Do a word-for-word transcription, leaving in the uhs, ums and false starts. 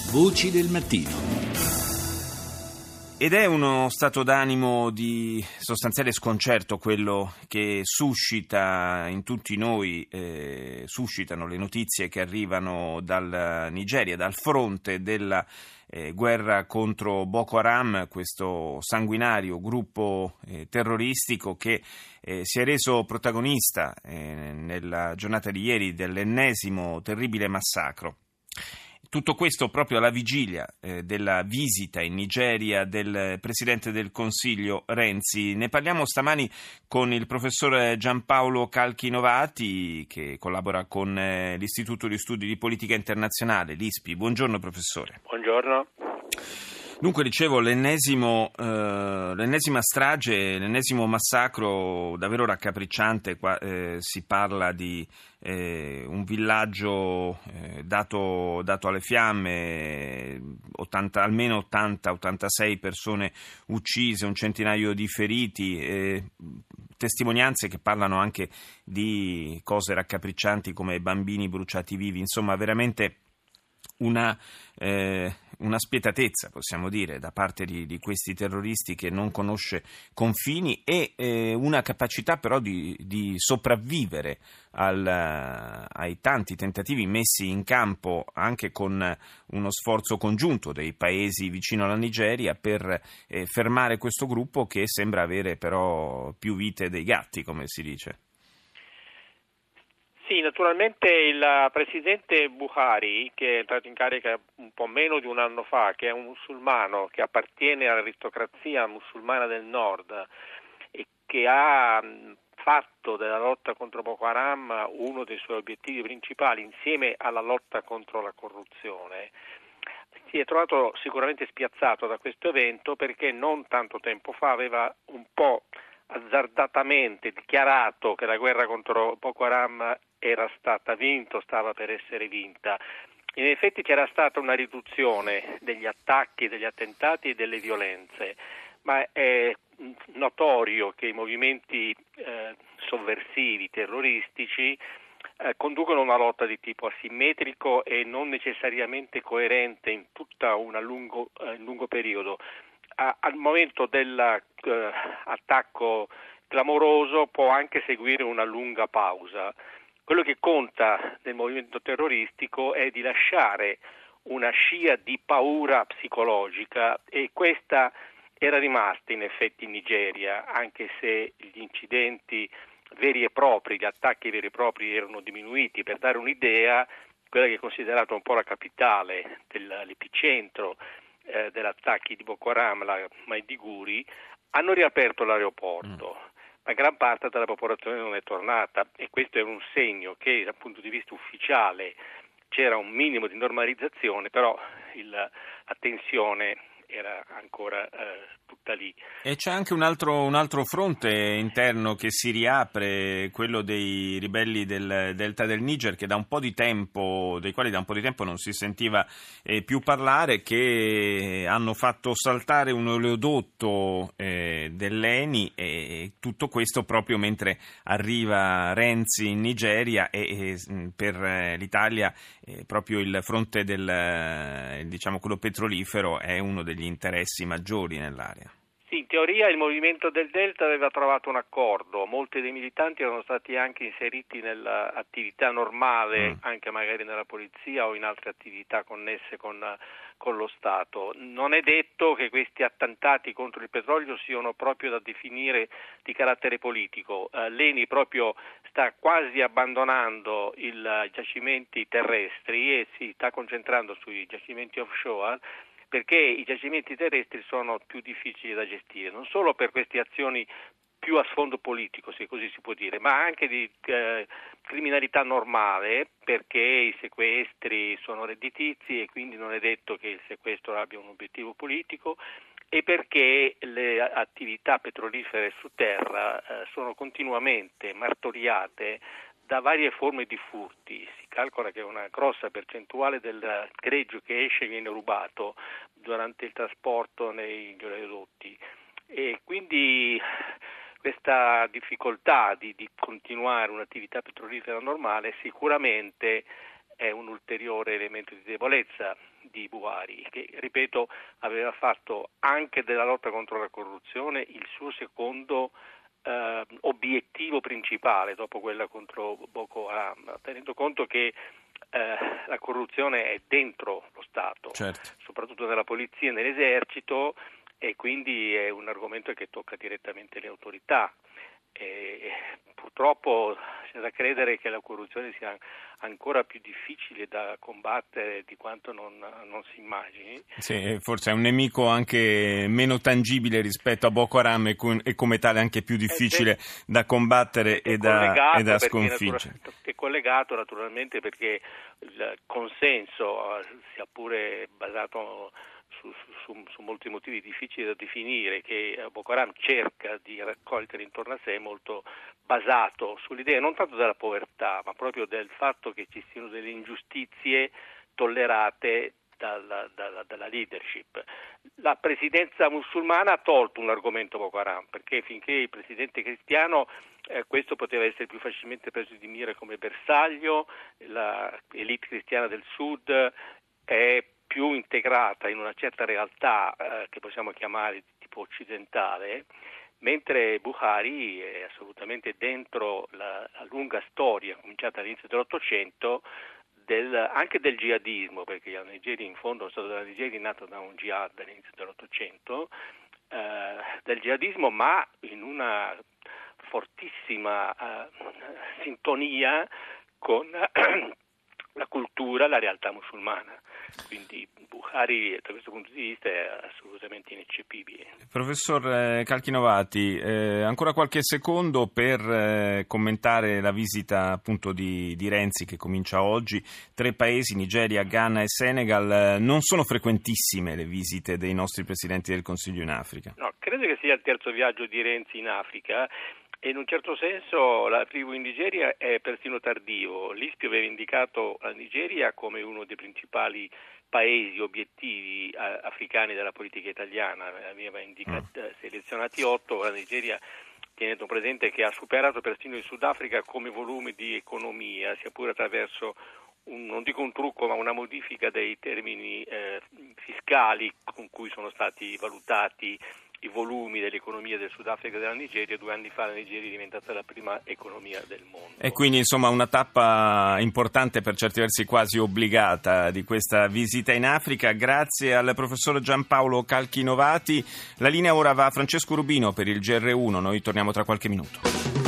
Voci del mattino. Ed è uno stato d'animo di sostanziale sconcerto quello che suscita in tutti noi, eh, suscitano le notizie che arrivano dal Nigeria, dal fronte della eh, guerra contro Boko Haram, questo sanguinario gruppo eh, terroristico che eh, si è reso protagonista eh, nella giornata di ieri dell'ennesimo terribile massacro. Tutto questo proprio alla vigilia eh, della visita in Nigeria del Presidente del Consiglio Renzi. Ne parliamo stamani con il professor Giampaolo Calchinovati, che collabora con eh, l'Istituto di Studi di Politica Internazionale, l'I S P I. Buongiorno professore. Buongiorno. Dunque, dicevo, l'ennesimo, eh, l'ennesima strage, l'ennesimo massacro davvero raccapricciante. Qua, eh, si parla di eh, un villaggio eh, dato, dato alle fiamme, ottanta, almeno ottanta ottantasei persone uccise, un centinaio di feriti, eh, testimonianze che parlano anche di cose raccapriccianti come bambini bruciati vivi, insomma veramente una... Eh, una spietatezza, possiamo dire, da parte di, di questi terroristi che non conosce confini e eh, una capacità però di, di sopravvivere al, ai tanti tentativi messi in campo anche con uno sforzo congiunto dei paesi vicino alla Nigeria per eh, fermare questo gruppo che sembra avere però più vite dei gatti, come si dice. Sì, naturalmente il presidente Buhari, che è entrato in carica un po' meno di un anno fa, che è un musulmano, che appartiene all'aristocrazia musulmana del nord e che ha fatto della lotta contro Boko Haram uno dei suoi obiettivi principali insieme alla lotta contro la corruzione, si è trovato sicuramente spiazzato da questo evento perché non tanto tempo fa aveva un po' azzardatamente dichiarato che la guerra contro Boko Haram era stata vinta, stava per essere vinta. In effetti c'era stata una riduzione degli attacchi, degli attentati e delle violenze, ma è notorio che i movimenti eh, sovversivi, terroristici, eh, conducono una lotta di tipo asimmetrico e non necessariamente coerente in tutta una lungo, eh, lungo periodo. A, al momento dell'attacco eh, clamoroso può anche seguire una lunga pausa. Quello che conta nel movimento terroristico è di lasciare una scia di paura psicologica e questa era rimasta in effetti in Nigeria, anche se gli incidenti veri e propri, gli attacchi veri e propri erano diminuiti. Per dare un'idea, quella che è considerata un po' la capitale, l'epicentro eh, degli attacchi di Boko Haram, la Maiduguri, hanno riaperto l'aeroporto. Mm. Ma gran parte della popolazione non è tornata e questo è un segno che dal punto di vista ufficiale c'era un minimo di normalizzazione, però il, la tensione era ancora eh, tutta lì. E c'è anche un altro, un altro fronte interno che si riapre, quello dei ribelli del delta del Niger, che da un po' di tempo, dei quali da un po' di tempo non si sentiva eh, più parlare, che hanno fatto saltare un oleodotto eh, dell'Eni, e tutto questo proprio mentre arriva Renzi in Nigeria e, e per l'Italia eh, proprio il fronte del, eh, diciamo quello petrolifero è uno degli interessi maggiori nell'area. Sì, in teoria il movimento del Delta aveva trovato un accordo, molti dei militanti erano stati anche inseriti nell'attività normale, mm. anche magari nella polizia o in altre attività connesse con, con lo Stato. Non è detto che questi attentati contro il petrolio siano proprio da definire di carattere politico. Uh, L'Eni proprio sta quasi abbandonando i giacimenti terrestri e si sta concentrando sui giacimenti offshore, perché i giacimenti terrestri sono più difficili da gestire, non solo per queste azioni più a sfondo politico, se così si può dire, ma anche di eh, criminalità normale, perché i sequestri sono redditizi e quindi non è detto che il sequestro abbia un obiettivo politico, e perché le attività petrolifere su terra eh, sono continuamente martoriate da varie forme di furti. Si calcola che una grossa percentuale del greggio che esce viene rubato durante il trasporto nei oleodotti e quindi questa difficoltà di, di continuare un'attività petrolifera normale sicuramente è un ulteriore elemento di debolezza. di Buhari, che ripeto aveva fatto anche della lotta contro la corruzione il suo secondo eh, obiettivo principale dopo quella contro Boko Haram, tenendo conto che eh, la corruzione è dentro lo Stato, certo, soprattutto nella polizia e nell'esercito, e quindi è un argomento che tocca direttamente le autorità. E purtroppo c'è da credere che la corruzione sia ancora più difficile da combattere di quanto non, non si immagini. Sì, forse è un nemico anche meno tangibile rispetto a Boko Haram e, con, e come tale anche più difficile da combattere e da, e da sconfiggere. Natura, è collegato naturalmente perché il consenso, sia pure basato Su, su, su molti motivi difficili da definire, che Boko Haram cerca di raccogliere intorno a sé, è molto basato sull'idea non tanto della povertà, ma proprio del fatto che ci siano delle ingiustizie tollerate dalla, dalla, dalla leadership. La presidenza musulmana ha tolto un argomento Boko Haram, perché finché il presidente cristiano eh, questo poteva essere più facilmente preso di mira come bersaglio, la elite cristiana del sud è più integrata in una certa realtà eh, che possiamo chiamare di tipo occidentale, mentre Buhari è assolutamente dentro la, la lunga storia cominciata all'inizio dell'Ottocento del, anche del jihadismo, perché la Nigeria in fondo, lo Stato della Nigeria è nato da un jihad all'inizio dell'Ottocento, eh, del jihadismo, ma in una fortissima eh, sintonia con la cultura, la realtà musulmana. Quindi Buhari da questo punto di vista è assolutamente ineccepibile. Professor eh, Calchinovati, eh, ancora qualche secondo per eh, commentare la visita appunto di, di Renzi che comincia oggi. Tre paesi, Nigeria, Ghana e Senegal, eh, non sono frequentissime le visite dei nostri presidenti del Consiglio in Africa. No, credo che sia il terzo viaggio di Renzi in Africa. E in un certo senso l'arrivo in Nigeria è persino tardivo. L'Ispio aveva indicato la Nigeria come uno dei principali paesi obiettivi eh, africani della politica italiana, aveva indicato, eh, selezionati otto, la Nigeria, tenendo presente che ha superato persino il Sudafrica come volume di economia, sia pure attraverso un, non dico un trucco, ma una modifica dei termini eh, fiscali con cui sono stati valutati i volumi dell'economia del Sudafrica e della Nigeria. Due anni fa la Nigeria è diventata la prima economia del mondo. E quindi insomma una tappa importante, per certi versi quasi obbligata, di questa visita in Africa. Grazie al professor Giampaolo Calchinovati. La linea ora va a Francesco Rubino per il G R uno, noi torniamo tra qualche minuto.